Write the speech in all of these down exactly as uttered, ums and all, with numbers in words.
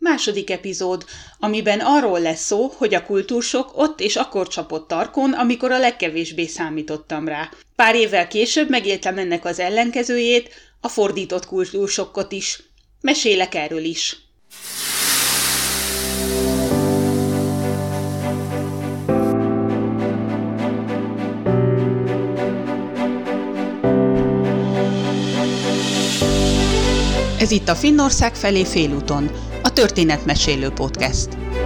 második epizód, amiben arról lesz szó, hogy a kultúrsok ott és akkor csapott tarkon, amikor a legkevésbé számítottam rá. Pár évvel később megéltem ennek az ellenkezőjét, a fordított kultúrsokkot is. Mesélek erről is. Ez itt a Finnország felé félúton, a Történetmesélő Podcast.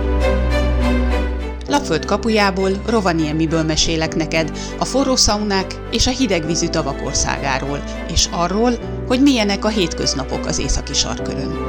Lapföld kapujából, Rovaniemiből mesélek neked a forró szaunák és a hidegvízű tavak országáról, és arról, hogy milyenek a hétköznapok az északi sarkkörön.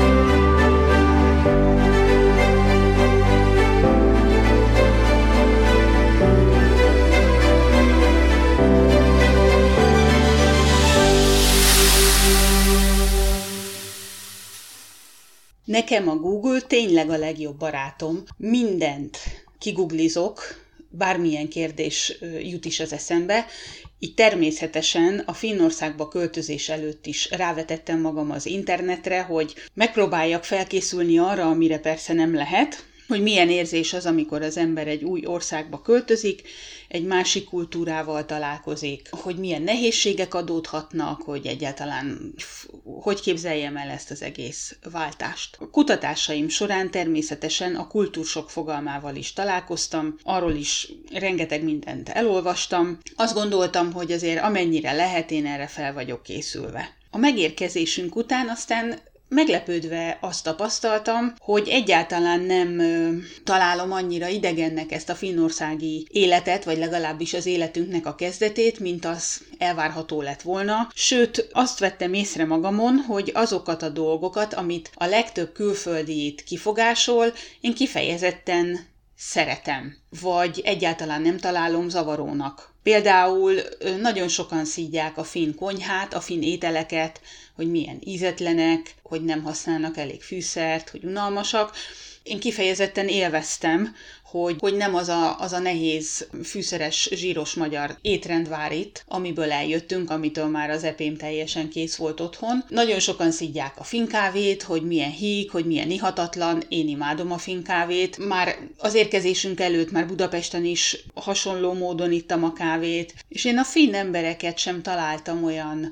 Nekem a Google tényleg a legjobb barátom. Mindent kiguglizok, bármilyen kérdés jut is az eszembe. Így természetesen a Finnországba költözés előtt is rávetettem magam az internetre, hogy megpróbáljak felkészülni arra, amire persze nem lehet, hogy milyen érzés az, amikor az ember egy új országba költözik, egy másik kultúrával találkozik, hogy milyen nehézségek adódhatnak, hogy egyáltalán hogy képzeljem el ezt az egész váltást. A kutatásaim során természetesen a kultúrsok fogalmával is találkoztam, arról is rengeteg mindent elolvastam. Azt gondoltam, hogy azért amennyire lehet, én erre fel vagyok készülve. A megérkezésünk után aztán meglepődve azt tapasztaltam, hogy egyáltalán nem ö, találom annyira idegennek ezt a finnországi életet, vagy legalábbis az életünknek a kezdetét, mint az elvárható lett volna. Sőt, azt vettem észre magamon, hogy azokat a dolgokat, amit a legtöbb külföldi itt kifogásol, én kifejezetten szeretem, vagy egyáltalán nem találom zavarónak. Például nagyon sokan szídják a finn konyhát, a finn ételeket, hogy milyen ízetlenek, hogy nem használnak elég fűszert, hogy unalmasak. Én kifejezetten élveztem, hogy, hogy nem az a, az a nehéz, fűszeres, zsíros magyar étrend vár itt, amiből eljöttünk, amitől már az epém teljesen kész volt otthon. Nagyon sokan szidják a finn kávét, hogy milyen híg, hogy milyen ihatatlan, én imádom a finn kávét. Már az érkezésünk előtt már Budapesten is hasonló módon ittam a kávét, és én a finn embereket sem találtam olyan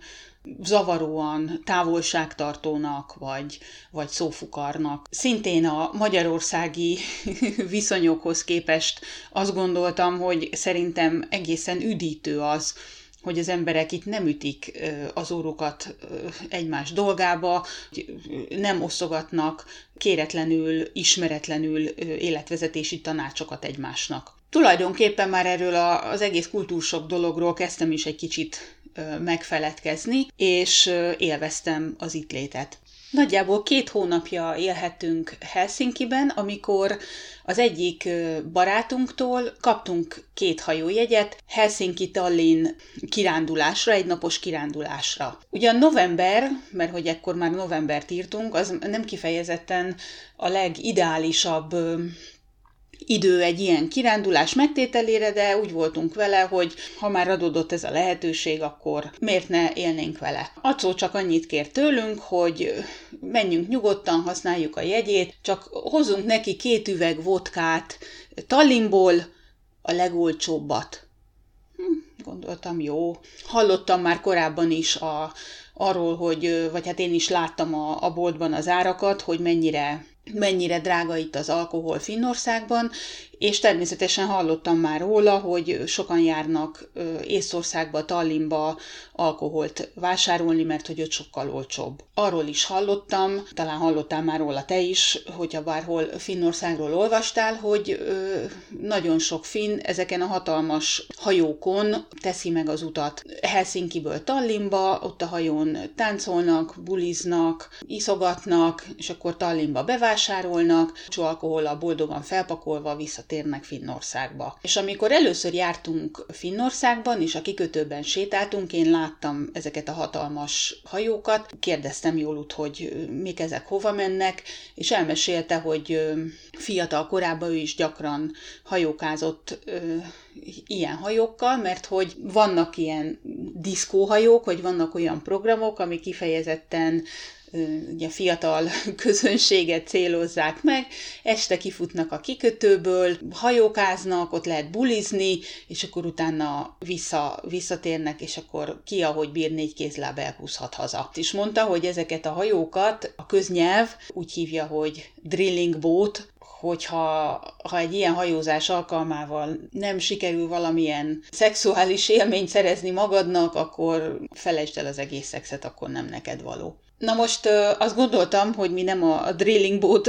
zavaróan, távolságtartónak, vagy, vagy szófukarnak. Szintén a magyarországi viszonyokhoz képest azt gondoltam, hogy szerintem egészen üdítő az, hogy az emberek itt nem ütik az órukat egymás dolgába, nem osztogatnak kéretlenül, ismeretlenül életvezetési tanácsokat egymásnak. Tulajdonképpen már erről az egész kultúrsok dologról kezdtem is egy kicsit megfeledkezni, és élveztem az itt létet. Nagyjából két hónapja élhettünk Helsinkiben, amikor az egyik barátunktól kaptunk két hajójegyet Helsinki-Tallinn kirándulásra, egy napos kirándulásra. Ugyan november, mert hogy ekkor már novembert írtunk, az nem kifejezetten a legideálisabb idő egy ilyen kirándulás megtételére, de úgy voltunk vele, hogy ha már adódott ez a lehetőség, akkor miért ne élnénk vele. Acó csak annyit kér tőlünk, hogy menjünk nyugodtan, használjuk a jegyét, csak hozzunk neki két üveg vodkát Tallinnból, a legolcsóbbat. Hm, gondoltam, jó. Hallottam már korábban is a, arról, hogy, vagy hát én is láttam a, a boltban az árakat, hogy mennyire mennyire drága itt az alkohol Finnországban, és természetesen hallottam már róla, hogy sokan járnak Észtországba, Tallinnba alkoholt vásárolni, mert hogy ott sokkal olcsóbb. Arról is hallottam, talán hallottál már róla te is, hogyha bárhol Finnországról olvastál, hogy nagyon sok finn ezeken a hatalmas hajókon teszi meg az utat Helsinkiből Tallinnba, ott a hajón táncolnak, buliznak, iszogatnak, és akkor Tallinnba bevásárolnak, és alkohollal boldogan felpakolva visszatérnek Finnországba. És amikor először jártunk Finnországban, és a kikötőben sétáltunk, én láttam ezeket a hatalmas hajókat, kérdeztem Jólut, hogy mik ezek, hova mennek, és elmesélte, hogy fiatal korában ő is gyakran hajókázott ilyen hajókkal, mert hogy vannak ilyen diszkóhajók, vagy vannak olyan programok, ami kifejezetten ugye fiatal közönséget célozzák meg, este kifutnak a kikötőből, hajókáznak, ott lehet bulizni, és akkor utána vissza, visszatérnek, és akkor ki, ahogy bír, négy kézláb elhúzhat haza. És mondta, hogy ezeket a hajókat a köznyelv úgy hívja, hogy drilling boat, hogyha ha egy ilyen hajózás alkalmával nem sikerül valamilyen szexuális élményt szerezni magadnak, akkor felejtsd el az egész szexet, akkor nem neked való. Na most azt gondoltam, hogy mi nem a drilling boat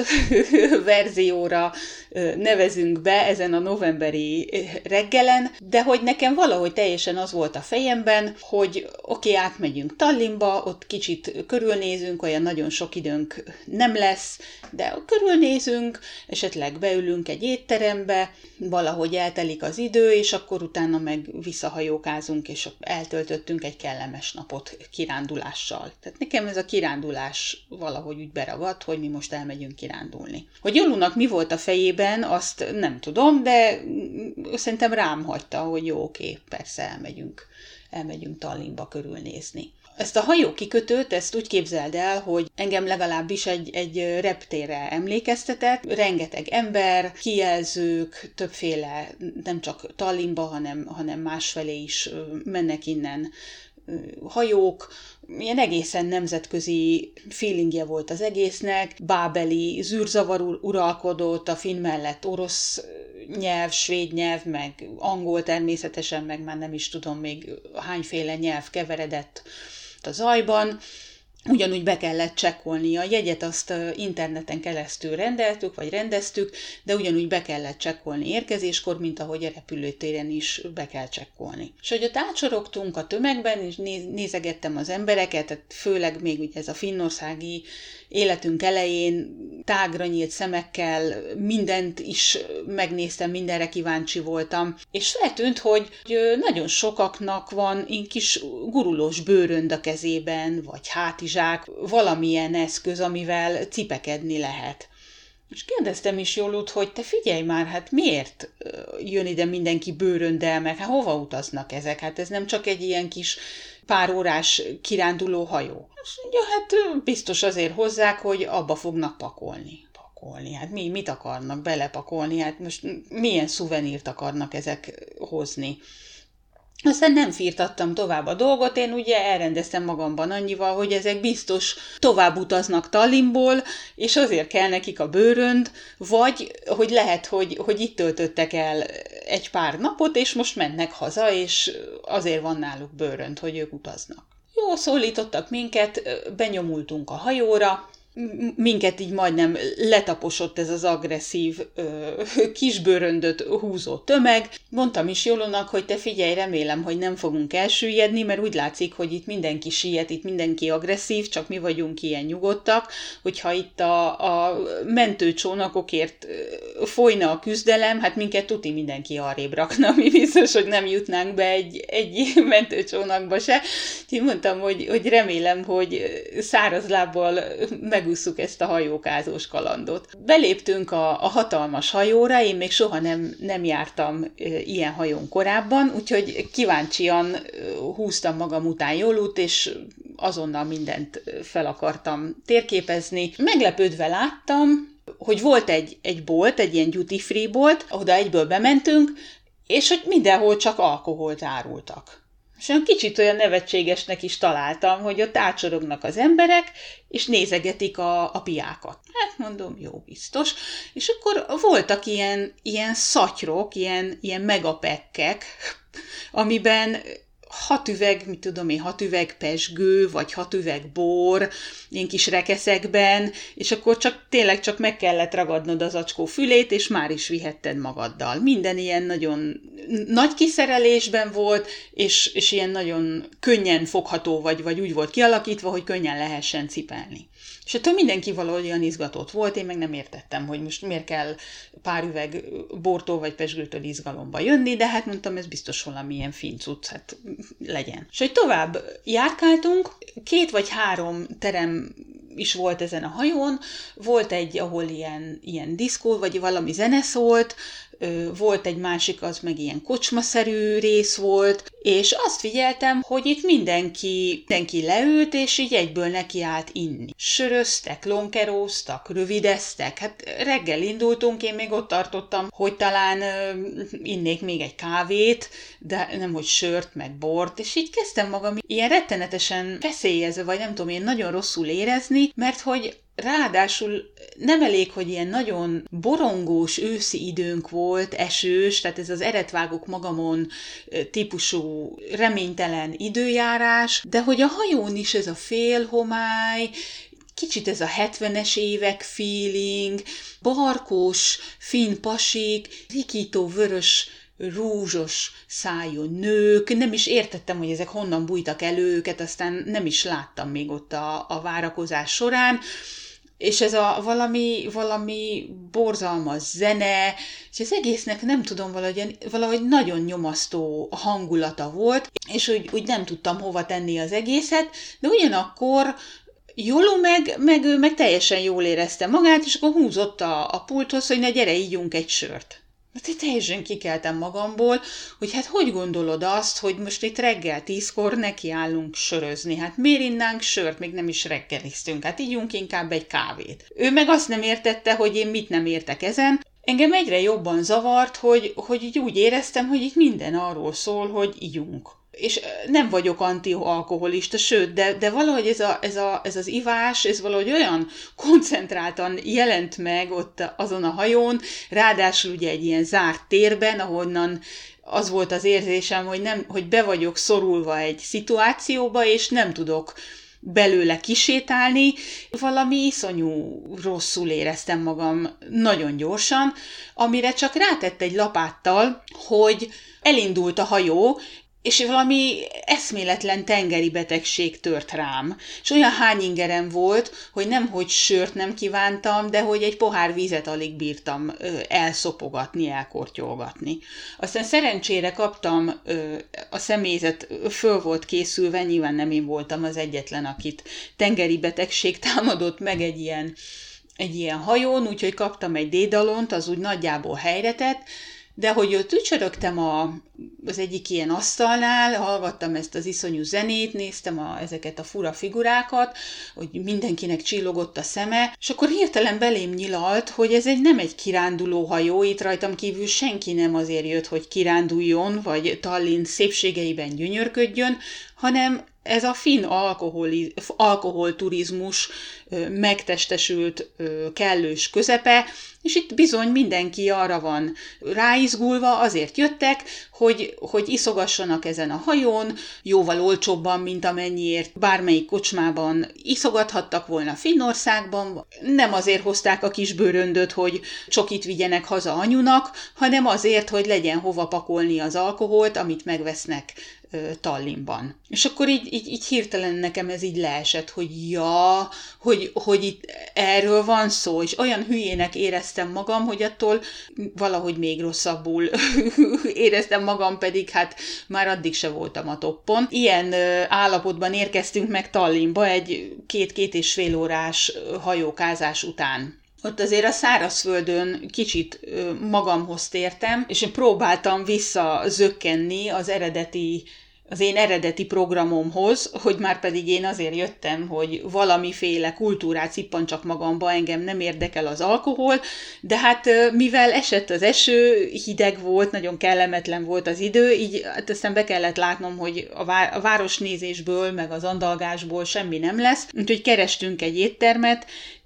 verzióra nevezünk be ezen a novemberi reggelen, de hogy nekem valahogy teljesen az volt a fejemben, hogy oké, okay, átmegyünk Tallinnba, ott kicsit körülnézünk, olyan nagyon sok időnk nem lesz, de körülnézünk, esetleg beülünk egy étterembe, valahogy eltelik az idő, és akkor utána meg visszahajókázunk, és eltöltöttünk egy kellemes napot kirándulással. Tehát nekem ez a kirándulás valahogy úgy beragadt, hogy mi most elmegyünk kirándulni. Hogy Jolunak mi volt a fejében, azt nem tudom, de szerintem rám hagyta, hogy jó, oké, persze elmegyünk, elmegyünk Tallinnba körülnézni. Ezt a hajókikötőt, ezt úgy képzeld el, hogy engem legalábbis egy, egy reptérre emlékeztetett. Rengeteg ember, kijelzők, többféle, nem csak Tallinnba, hanem, hanem másfelé is mennek innen hajók, ilyen egészen nemzetközi feelingje volt az egésznek, bábeli zűrzavar uralkodott, a finn mellett orosz nyelv, svéd nyelv, meg angol természetesen, meg már nem is tudom még hányféle nyelv keveredett a zajban. Ugyanúgy be kellett csekkolni a jegyet, azt interneten keresztül rendeltük, vagy rendeztük, de ugyanúgy be kellett csekkolni érkezéskor, mint ahogy a repülőtéren is be kell csekkolni. És hogy ott átsorogtunk a tömegben, és nézegettem az embereket, tehát főleg még ugye ez a finnországi életünk elején tágra nyílt szemekkel mindent is megnéztem, mindenre kíváncsi voltam, és feltűnt, hogy nagyon sokaknak van ilyen kis gurulós bőrönd a kezében, vagy hátizsák, valamilyen eszköz, amivel cipekedni lehet. És kérdeztem is Jolut, hogy te figyelj már, hát miért jön ide mindenki bőrönddel, meg hát hova utaznak ezek? Hát ez nem csak egy ilyen kis pár órás kiránduló hajó. És ja, hát biztos azért hozzák, hogy abba fognak pakolni. Pakolni, hát mi, mit akarnak belepakolni? Hát most milyen szuvenírt akarnak ezek hozni? Aztán nem firtattam tovább a dolgot, én ugye elrendeztem magamban annyival, hogy ezek biztos tovább utaznak Tallinnból, és azért kell nekik a bőrönd, vagy hogy lehet, hogy, hogy itt töltöttek el egy pár napot, és most mennek haza, és azért van náluk bőrönd, hogy ők utaznak. Jó, szólítottak minket, benyomultunk a hajóra, minket így majdnem letaposott ez az agresszív ö, kisbőröndöt húzó tömeg. Mondtam is Jolunak, hogy te figyelj, remélem, hogy nem fogunk elsüllyedni, mert úgy látszik, hogy itt mindenki siet, itt mindenki agresszív, csak mi vagyunk ilyen nyugodtak, hogyha itt a, a mentőcsónakokért folyna a küzdelem, hát minket tuti mindenki arrébb rakna, mi biztos, hogy nem jutnánk be egy, egy mentőcsónakba se. Úgyhogy mondtam, hogy, hogy remélem, hogy száraz lábbal meg megússzuk ezt a hajókázós kalandot. Beléptünk a, a hatalmas hajóra, én még soha nem, nem jártam e, ilyen hajón korábban, úgyhogy kíváncsian e, húztam magam után Jolut, és azonnal mindent fel akartam térképezni. Meglepődve láttam, hogy volt egy, egy bolt, egy ilyen duty free bolt, oda egyből bementünk, és hogy mindenhol csak alkoholt árultak. És olyan kicsit olyan nevetségesnek is találtam, hogy ott átsorognak az emberek, és nézegetik a, a piákat. Hát mondom, jó, biztos. És akkor voltak ilyen, ilyen szatyrok, ilyen, ilyen megapekkek, amiben hat üveg, mit tudom én, hat üveg pezsgő, vagy hat üveg bor, ilyen kis rekeszekben, és akkor csak tényleg csak meg kellett ragadnod az acskó fülét, és már is vihetted magaddal. Minden ilyen nagyon nagy kiszerelésben volt, és, és ilyen nagyon könnyen fogható, vagy, vagy úgy volt kialakítva, hogy könnyen lehessen cipelni. És ettől mindenki valahogyan izgatott volt, én meg nem értettem, hogy most miért kell pár üveg bortól vagy pezsgőtől izgalomba jönni, de hát mondtam, ez biztos valamilyen finn cucc, hát legyen. És hogy tovább járkáltunk, két vagy három terem is volt ezen a hajón, volt egy, ahol ilyen, ilyen diszkó, vagy valami zene szólt, volt egy másik, az meg ilyen kocsmaszerű rész volt, és azt figyeltem, hogy itt mindenki, mindenki leült, és így egyből nekiállt inni. Söröztek, lonkeróztak, rövideztek, hát reggel indultunk, én még ott tartottam, hogy talán uh, innék még egy kávét, de nem, hogy sört, meg bort, és így kezdtem magam ilyen rettenetesen feszélyezve, vagy nem tudom, én nagyon rosszul érezni, mert hogy ráadásul nem elég, hogy ilyen nagyon borongós őszi időnk volt, esős, tehát ez az eretvágok magamon típusú reménytelen időjárás, de hogy a hajón is ez a félhomály, kicsit ez a hetvenes évek feeling, barkós, finn pasik, rikító vörös, rúzsos szájú nők, nem is értettem, hogy ezek honnan bújtak elő őket, aztán nem is láttam még ott a, a várakozás során, és ez a valami, valami borzalmas zene, és az egésznek nem tudom, valahogy, valahogy nagyon nyomasztó hangulata volt, és úgy, úgy nem tudtam hova tenni az egészet, de ugyanakkor Jóló meg, meg, meg teljesen jól érezte magát, és akkor húzott a, a pulthoz, hogy ne gyere, ígyunk egy sört. Hát én teljesen kikeltem magamból, hogy hát hogy gondolod azt, hogy most itt reggel tízkor nekiállunk sörözni. Hát miért innánk sört, még nem is reggeliztünk, hát ígyunk inkább egy kávét. Ő meg azt nem értette, hogy én mit nem értek ezen. Engem egyre jobban zavart, hogy, hogy így úgy éreztem, hogy itt minden arról szól, hogy ígyunk. És nem vagyok antialkoholista, sőt, de, de valahogy ez, a, ez, a, ez az ivás, ez valahogy olyan koncentráltan jelent meg ott azon a hajón, ráadásul ugye egy ilyen zárt térben, ahonnan az volt az érzésem, hogy, nem, hogy be vagyok szorulva egy szituációba, és nem tudok belőle kisétálni, valami iszonyú rosszul éreztem magam nagyon gyorsan, amire csak rátett egy lapáttal, hogy elindult a hajó, és valami eszméletlen tengeri betegség tört rám. És olyan hányingerem volt, hogy nemhogy sört nem kívántam, de hogy egy pohár vízet alig bírtam elszopogatni, elkortyolgatni. Aztán szerencsére kaptam, a személyzet föl volt készülve, nyilván nem én voltam az egyetlen, akit tengeri betegség támadott meg egy ilyen, egy ilyen hajón, úgyhogy kaptam egy dédalont, az úgy nagyjából helyre tett, de hogy ott ücsörögtem a, az egyik ilyen asztalnál, hallgattam ezt az iszonyú zenét, néztem a, ezeket a fura figurákat, hogy mindenkinek csillogott a szeme, és akkor hirtelen belém nyilalt, hogy ez egy nem egy kiránduló hajó, itt rajtam kívül senki nem azért jött, hogy kiránduljon, vagy Tallinn szépségeiben gyönyörködjön, hanem ez a finn alkoholi, alkoholturizmus megtestesült kellős közepe, és itt bizony mindenki arra van ráizgulva, azért jöttek, hogy, hogy iszogassanak ezen a hajón, jóval olcsóbban, mint amennyiért bármelyik kocsmában iszogathattak volna Finnországban. Nem azért hozták a kis bőröndöt, hogy csokit vigyenek haza anyunak, hanem azért, hogy legyen hova pakolni az alkoholt, amit megvesznek Tallinnban. És akkor így, így, így hirtelen nekem ez így leesett, hogy ja, hogy, hogy itt erről van szó, és olyan hülyének éreztem magam, hogy attól valahogy még rosszabbul éreztem magam, pedig hát már addig se voltam a toppon. Ilyen állapotban érkeztünk meg Tallinnba egy két-két és fél órás hajókázás után. Ott azért a szárazföldön kicsit magamhoz tértem, és én próbáltam visszazökkenni az eredeti, az én eredeti programomhoz, hogy már pedig én azért jöttem, hogy valamiféle kultúrát cippancsak magamba, engem nem érdekel az alkohol, de hát mivel esett az eső, hideg volt, nagyon kellemetlen volt az idő, így hát aztán be kellett látnom, hogy a, vá- a városnézésből, meg az andalgásból semmi nem lesz, úgyhogy kerestünk egy éttermet,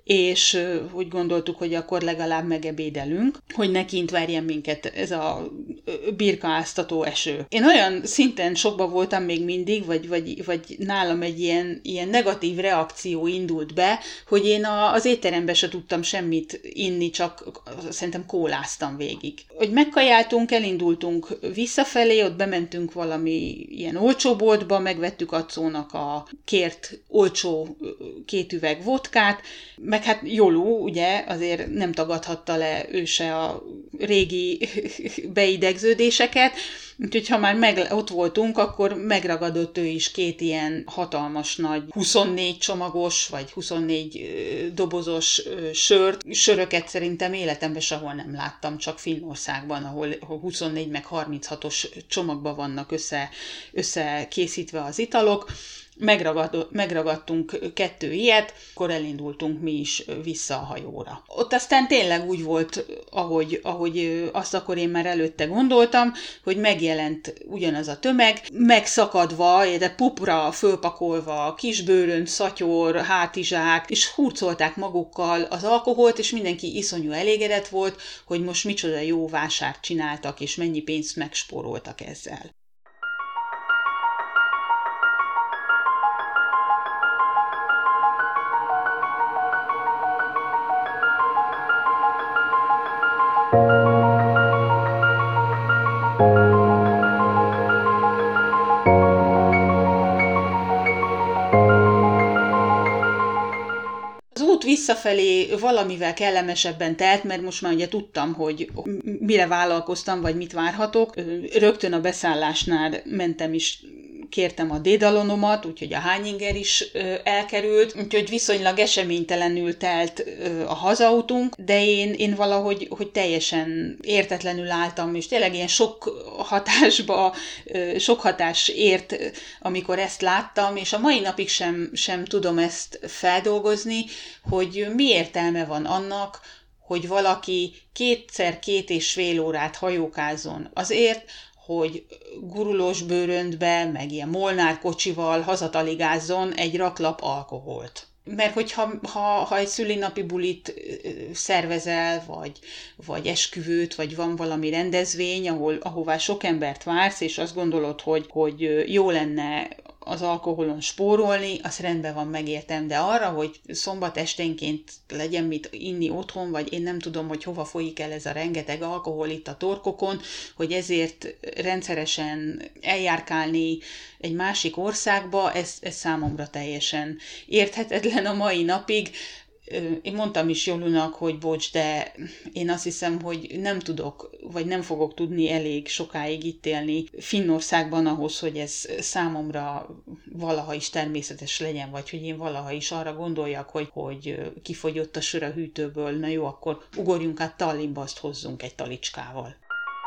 és úgy gondoltuk, hogy akkor legalább megebédelünk, hogy ne kint várjen minket ez a birkaáztató eső. Én olyan szinten sokba voltam még mindig, vagy, vagy, vagy nálam egy ilyen, ilyen negatív reakció indult be, hogy én a, az étterembe se tudtam semmit inni, csak szerintem kóláztam végig. Hogy megkajáltunk, elindultunk visszafelé, ott bementünk valami ilyen olcsó boltba, megvettük Acónak a kért olcsó két üveg vodkát, meg hát Joló, ugye, azért nem tagadhatta le ő se a régi beidegződéseket, úgyhogy ha már meg, ott voltunk, akkor megragadott ő is két ilyen hatalmas nagy huszonnégy csomagos, vagy huszonnégy dobozos sört. Söröket szerintem életemben sehol nem láttam, csak Finnországban, ahol huszonnégy meg harminchatos csomagban vannak össze, összekészítve az italok. Megragad, megragadtunk kettő ilyet, akkor elindultunk mi is vissza a hajóra. Ott aztán tényleg úgy volt, ahogy, ahogy azt akkor én már előtte gondoltam, hogy megjelent ugyanaz a tömeg, megszakadva, de pupra fölpakolva, kisbőrönt, szatyor, hátizsák, és hurcolták magukkal az alkoholt, és mindenki iszonyú elégedett volt, hogy most micsoda jó vásárt csináltak, és mennyi pénzt megspóroltak ezzel. Visszafelé valamivel kellemesebben telt, mert most már ugye tudtam, hogy mire vállalkoztam, vagy mit várhatok. Rögtön a beszállásnál mentem is, kértem a dédalonomat, úgyhogy a hányinger is elkerült, úgyhogy viszonylag eseménytelenül telt a hazautunk, de én, én valahogy hogy teljesen értetlenül álltam, és tényleg ilyen sok hatásba, sok hatás ért, amikor ezt láttam, és a mai napig sem, sem tudom ezt feldolgozni, hogy mi értelme van annak, hogy valaki kétszer két és fél órát hajókázzon azért, hogy gurulós bőröntbe, meg ilyen Molnár kocsival hazataligázzon egy raklap alkoholt. Mert hogyha ha, ha egy szülinapi bulit szervezel, vagy, vagy esküvőt, vagy van valami rendezvény, ahol, ahová sok embert vársz, és azt gondolod, hogy, hogy jó lenne az alkoholon spórolni, az rendben van, megértem, de arra, hogy szombat esténként legyen mit inni otthon, vagy én nem tudom, hogy hova folyik el ez a rengeteg alkohol itt a torkokon, hogy ezért rendszeresen eljárkálni egy másik országba, ez, ez számomra teljesen érthetetlen a mai napig. Én mondtam is Jolunak, hogy bocs, de én azt hiszem, hogy nem tudok, vagy nem fogok tudni elég sokáig itt élni Finnországban ahhoz, hogy ez számomra valaha is természetes legyen, vagy hogy én valaha is arra gondoljak, hogy, hogy kifogyott a sör a hűtőből, na jó, akkor ugorjunk át Tallinnba, azt hozzunk egy talicskával.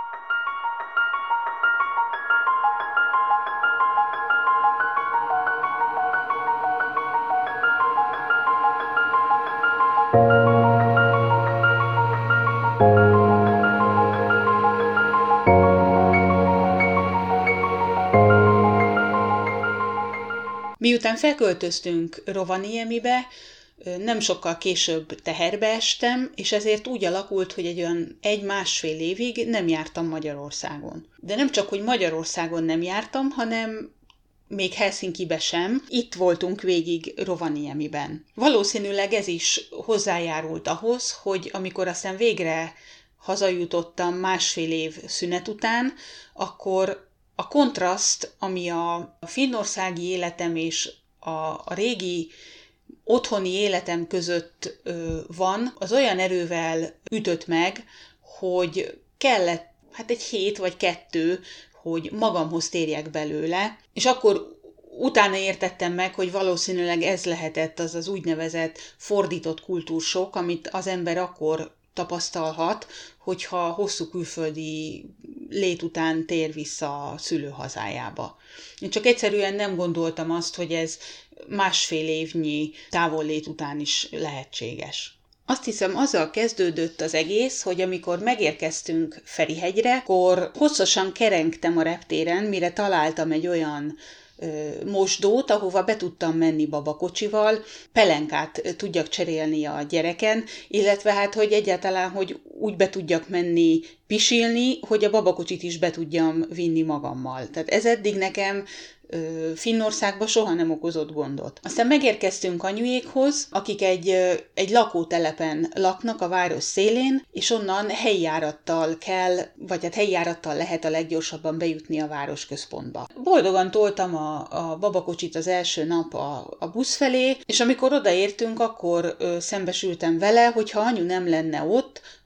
Miután felköltöztünk Rovaniemibe, nem sokkal később teherbe estem, és ezért úgy alakult, hogy egy olyan egy-másfél évig nem jártam Magyarországon. De nem csak, hogy Magyarországon nem jártam, hanem még Helsinkibe sem, itt voltunk végig Rovaniemiben. Valószínűleg ez is hozzájárult ahhoz, hogy amikor aztán végre hazajutottam másfél év szünet után, akkor a kontraszt, ami a finnországi életem és a, a régi otthoni életem között ö, van, az olyan erővel ütött meg, hogy kellett hát egy hét vagy kettő, hogy magamhoz térjek belőle, és akkor utána értettem meg, hogy valószínűleg ez lehetett az az úgynevezett fordított kultúrsok, amit az ember akkor tapasztalhat, hogyha hosszú külföldi lét után tér vissza a szülőhazájába. Én csak egyszerűen nem gondoltam azt, hogy ez másfél évnyi távollét után is lehetséges. Azt hiszem, azzal kezdődött az egész, hogy amikor megérkeztünk Ferihegyre, akkor hosszasan kerengtem a reptéren, mire találtam egy olyan mosdót, ahova be tudtam menni babakocsival, pelenkát tudjak cserélni a gyereken, illetve hát, hogy egyáltalán, hogy úgy be tudjak menni pisilni, hogy a babakocsit is be tudjam vinni magammal. Tehát ez eddig nekem Finnországban soha nem okozott gondot. Aztán megérkeztünk anyuékhoz, akik egy, egy lakótelepen laknak a város szélén, és onnan helyjárattal kell, vagy hát helyjárattal lehet a leggyorsabban bejutni a városközpontba. Boldogan toltam a, a babakocsit az első nap a, a busz felé, és amikor odaértünk, akkor ö, szembesültem vele, hogy ha anyu nem lenne ott,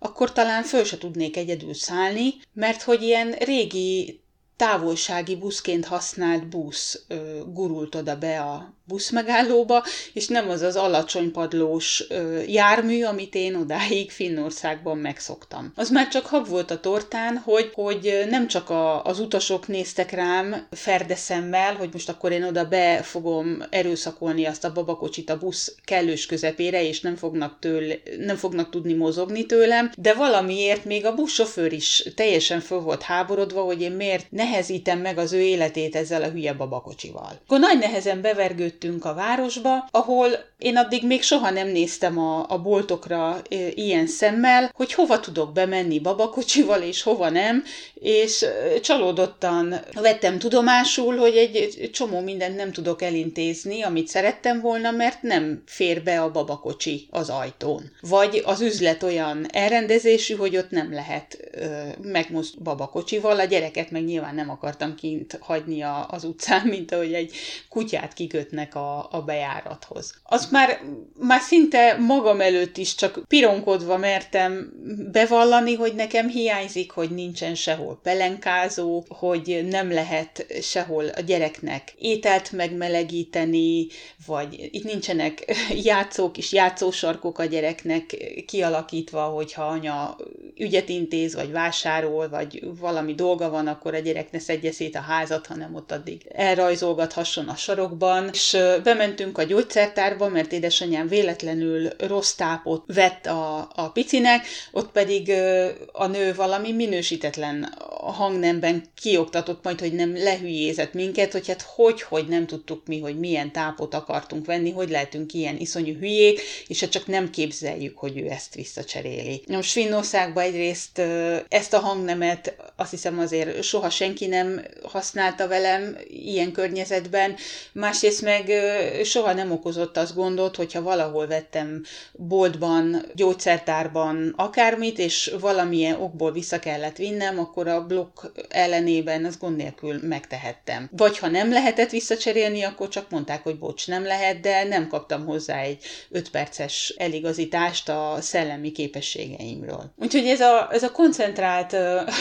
akkor talán föl se tudnék egyedül szállni, mert hogy ilyen régi távolsági buszként használt busz ö, gurult oda be a buszmegállóba, és nem az az alacsony padlós ö, jármű, amit én odáig Finnországban megszoktam. Az már csak hab volt a tortán, hogy, hogy nem csak a, az utasok néztek rám ferdeszemmel, hogy most akkor én oda be fogom erőszakolni azt a babakocsit a busz kellős közepére, és nem fognak, tőle, nem fognak tudni mozogni tőlem, de valamiért még a buszsofőr is teljesen föl volt háborodva, hogy én miért nehezítem meg az ő életét ezzel a hülye babakocsival. Akkor nagy nehezen bevergődtünk a városba, ahol én addig még soha nem néztem a, a boltokra e, ilyen szemmel, hogy hova tudok bemenni babakocsival, és hova nem, és e, csalódottan vettem tudomásul, hogy egy, egy csomó mindent nem tudok elintézni, amit szerettem volna, mert nem fér be a babakocsi az ajtón. Vagy az üzlet olyan elrendezésű, hogy ott nem lehet e, megmozdulni babakocsival, a gyereket meg nyilván nem akartam kint hagyni a, az utcán, mint ahogy egy kutyát kikötnek a, a bejárathoz. Azt már, már szinte magam előtt is csak pironkodva mertem bevallani, hogy nekem hiányzik, hogy nincsen sehol pelenkázó, hogy nem lehet sehol a gyereknek ételt megmelegíteni, vagy itt nincsenek játszók és játszósarkok a gyereknek kialakítva, hogyha anya ügyet intéz, vagy vásárol, vagy valami dolga van, akkor a gyerek ne szedje szét a házat, hanem ott addig elrajzolgathasson a sarokban. És bementünk a gyógyszertárba, mert édesanyám véletlenül rossz tápot vett a, a picinek, ott pedig a nő valami minősítetlen hangnemben kioktatott majd, hogy nem lehülyézett minket, hogy hát hogy, hogy nem tudtuk mi, hogy milyen tápot akartunk venni, hogy lehetünk ilyen iszonyú hülyék, és hát csak nem képzeljük, hogy ő ezt visszacseréli. Most Finnországban egyrészt ezt a hangnemet azt hiszem azért soha senki nem használta velem ilyen környezetben, másrészt meg soha nem okozott az gondot, hogyha valahol vettem boltban, gyógyszertárban akármit, és valamilyen okból vissza kellett vinnem, akkor a blokk ellenében az gond nélkül megtehettem. Vagy ha nem lehetett visszacserélni, akkor csak mondták, hogy bocs, nem lehet, de nem kaptam hozzá egy öt perces eligazítást a szellemi képességeimről. Úgyhogy ez a, ez a koncentrált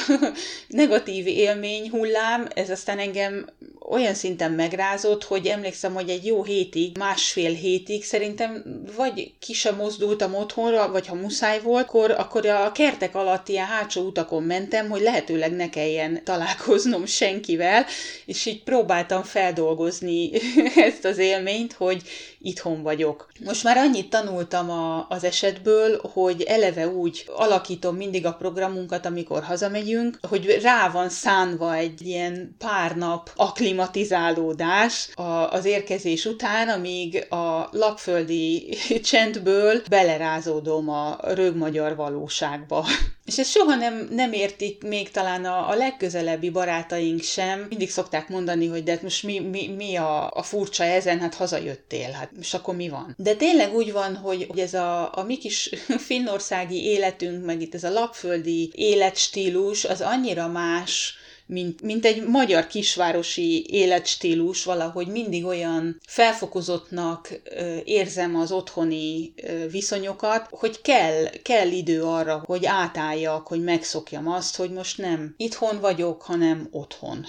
negatív élmény hullám, ez aztán engem olyan szinten megrázott, hogy emlékszem, hogy egy jó hétig, másfél hétig szerintem vagy ki sem mozdultam otthonra, vagy ha muszáj volt, akkor, akkor a kertek alatt ilyen hátsó utakon mentem, hogy lehetőleg ne kelljen találkoznom senkivel, és így próbáltam feldolgozni ezt az élményt, hogy itthon vagyok. Most már annyit tanultam a, az esetből, hogy eleve úgy alakítom mindig a programunkat, amikor hazamegyünk, hogy rá van szánva egy ilyen pár nap akklimatizálódás az érkezés után, amíg a lapföldi csendből belerázódom a rögmagyar valóságba. És ezt soha nem, nem értik még talán a, a legközelebbi barátaink sem. Mindig szokták mondani, hogy de hát most mi, mi, mi a, a furcsa ezen, hát hazajöttél, hát most akkor mi van? De tényleg úgy van, hogy ez a, a mi kis finnországi életünk, meg itt ez a lapföldi életstílus, az annyira más, Mint, mint egy magyar kisvárosi életstílus, valahogy mindig olyan felfokozottnak ö, érzem az otthoni ö, viszonyokat, hogy kell, kell idő arra, hogy átálljak, hogy megszokjam azt, hogy most nem itthon vagyok, hanem otthon.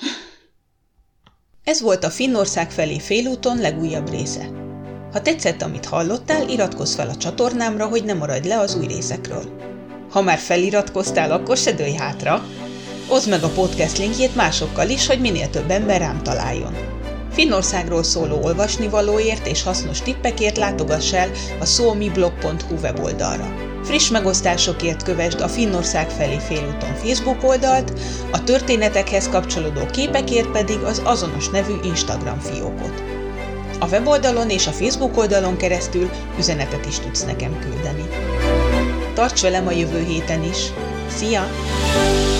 Ez volt a Finnország felé félúton legújabb része. Ha tetszett, amit hallottál, iratkozz fel a csatornámra, hogy ne maradj le az új részekről. Ha már feliratkoztál, akkor se dőlj hátra! Oszd meg a podcast linkjét másokkal is, hogy minél több ember rám találjon. Finnországról szóló olvasnivalóért és hasznos tippekért látogass el a suomiblog pont hu weboldalra. Friss megosztásokért kövesd a Finnország felé félúton Facebook oldalt, a történetekhez kapcsolódó képekért pedig az azonos nevű Instagram fiókot. A weboldalon és a Facebook oldalon keresztül üzenetet is tudsz nekem küldeni. Tarts velem a jövő héten is! Szia!